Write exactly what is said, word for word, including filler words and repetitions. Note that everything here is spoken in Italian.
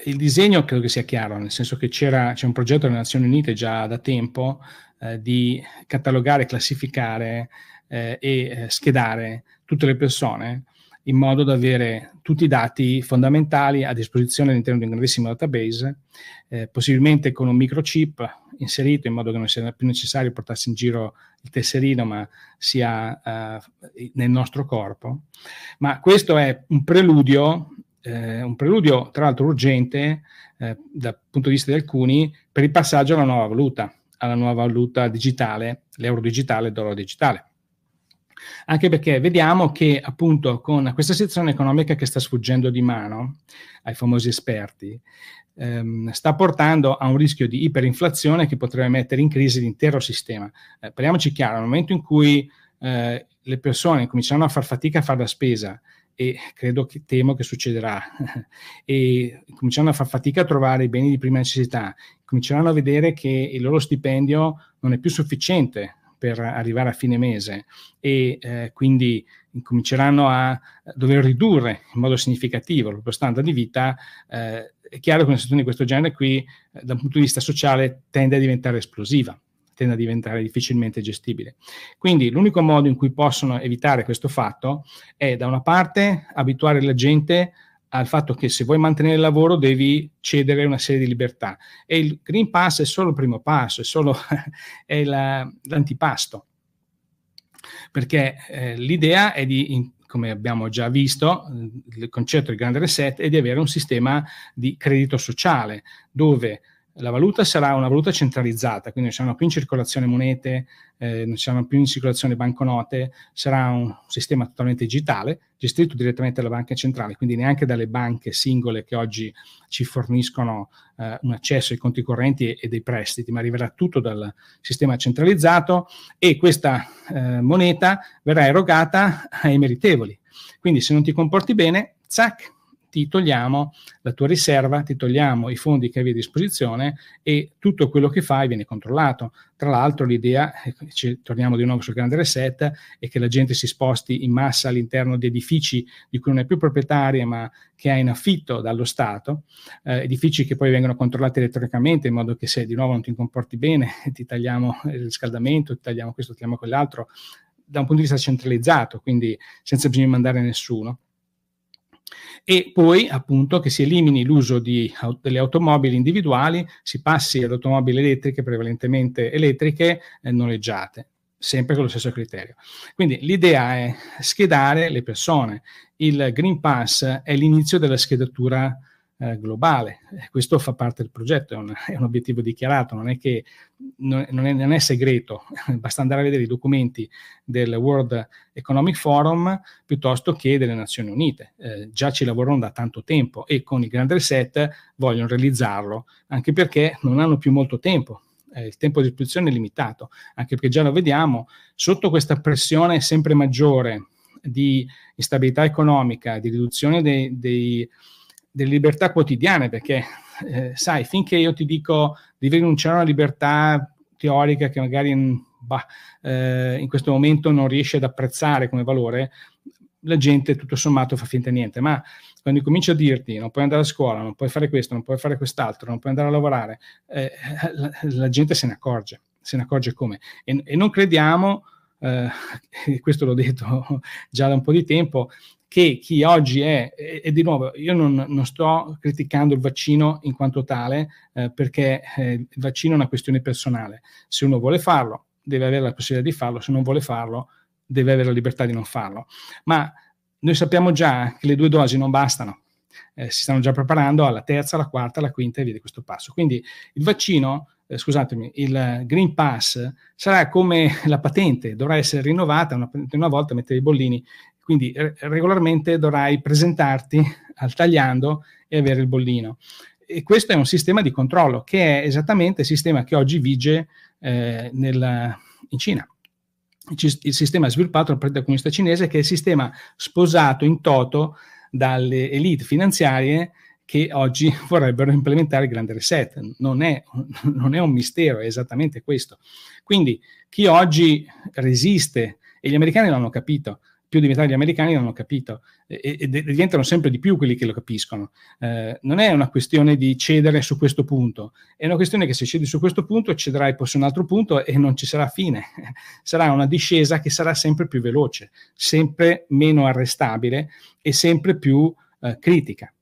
il disegno credo che sia chiaro, nel senso che c'era, c'è un progetto delle Nazioni Unite già da tempo eh, di catalogare, classificare eh, e eh, schedare tutte le persone in modo da avere tutti i dati fondamentali a disposizione all'interno di un grandissimo database, eh, possibilmente con un microchip inserito in modo che non sia più necessario portarsi in giro il tesserino, ma sia eh, nel nostro corpo. Ma questo è un preludio, eh, un preludio tra l'altro urgente eh, dal punto di vista di alcuni per il passaggio alla nuova valuta, alla nuova valuta digitale, l'euro digitale, il dollaro digitale. Anche perché vediamo che appunto con questa situazione economica che sta sfuggendo di mano ai famosi esperti, ehm, sta portando a un rischio di iperinflazione che potrebbe mettere in crisi l'intero sistema. Eh, parliamoci chiaro, nel momento in cui eh, le persone cominceranno a far fatica a fare la spesa, e credo che temo che succederà, e cominceranno a far fatica a trovare i beni di prima necessità, cominceranno a vedere che il loro stipendio non è più sufficiente per arrivare a fine mese e eh, quindi cominceranno a dover ridurre in modo significativo il proprio standard di vita, eh, è chiaro che una situazione di questo genere qui, eh, da un punto di vista sociale, tende a diventare esplosiva, tende a diventare difficilmente gestibile. Quindi l'unico modo in cui possono evitare questo fatto è, da una parte, abituare la gente al fatto che se vuoi mantenere il lavoro devi cedere una serie di libertà, e il Green Pass è solo il primo passo, è solo è la, l'antipasto, perché eh, l'idea è di, in, come abbiamo già visto, il concetto del grande reset è di avere un sistema di credito sociale dove la valuta sarà una valuta centralizzata, quindi non saranno più in circolazione monete, eh, non saranno più in circolazione banconote, sarà un sistema totalmente digitale, gestito direttamente dalla banca centrale, quindi neanche dalle banche singole che oggi ci forniscono eh, un accesso ai conti correnti e, e dei prestiti, ma arriverà tutto dal sistema centralizzato, e questa eh, moneta verrà erogata ai meritevoli. Quindi se non ti comporti bene, zac, ti togliamo la tua riserva, ti togliamo i fondi che avevi a disposizione e tutto quello che fai viene controllato. Tra l'altro l'idea, ci torniamo di nuovo sul grande reset, è che la gente si sposti in massa all'interno di edifici di cui non è più proprietaria ma che ha in affitto dallo Stato, eh, edifici che poi vengono controllati elettronicamente in modo che se di nuovo non ti comporti bene ti tagliamo il riscaldamento, ti tagliamo questo, ti tagliamo quell'altro, da un punto di vista centralizzato, quindi senza bisogno di mandare nessuno. E poi appunto che si elimini l'uso di, delle automobili individuali, si passi ad automobili elettriche, prevalentemente elettriche, eh, noleggiate, sempre con lo stesso criterio. Quindi l'idea è schedare le persone. Il Green Pass è l'inizio della schedatura eh, globale. Questo fa parte del progetto, è un, è un obiettivo dichiarato, non è che non, non, è, non è segreto, basta andare a vedere i documenti del World Economic Forum piuttosto che delle Nazioni Unite. Eh, già ci lavorano da tanto tempo e con il Grand Reset vogliono realizzarlo, anche perché non hanno più molto tempo. Eh, il tempo di disposizione è limitato, anche perché già lo vediamo, sotto questa pressione sempre maggiore di instabilità economica, di riduzione dei, dei, delle libertà quotidiane, perché eh, sai, finché io ti dico devi rinunciare a una libertà teorica che magari bah, eh, in questo momento non riesce ad apprezzare come valore, la gente tutto sommato fa finta di niente, ma quando comincio a dirti non puoi andare a scuola, non puoi fare questo, non puoi fare quest'altro, non puoi andare a lavorare, eh, la, la gente se ne accorge, se ne accorge come. E, e non crediamo, eh, questo l'ho detto già da un po' di tempo, che chi oggi è, e, e di nuovo io non, non sto criticando il vaccino in quanto tale, eh, perché eh, il vaccino è una questione personale. Se uno vuole farlo, deve avere la possibilità di farlo, se non vuole farlo, deve avere la libertà di non farlo. Ma noi sappiamo già che le due dosi non bastano, eh, si stanno già preparando alla terza, alla quarta, alla quinta e via di questo passo. Quindi il vaccino, eh, scusatemi, il Green Pass sarà come la patente, dovrà essere rinnovata una, una volta, mettere i bollini, quindi eh, regolarmente dovrai presentarti al tagliando e avere il bollino. E questo è un sistema di controllo che è esattamente il sistema che oggi vige eh, nel, in Cina. Il sistema sviluppato dal Partito Comunista Cinese, che è il sistema sposato in toto dalle elite finanziarie che oggi vorrebbero implementare il grande reset. Non è, non è un mistero, è esattamente questo. Quindi chi oggi resiste, e gli americani l'hanno capito, più di metà degli americani l'hanno capito, e, e diventano sempre di più quelli che lo capiscono. Eh, non è una questione di cedere su questo punto, è una questione che se cedi su questo punto cederai poi su un altro punto e non ci sarà fine. Sarà una discesa che sarà sempre più veloce, sempre meno arrestabile e sempre più eh, critica.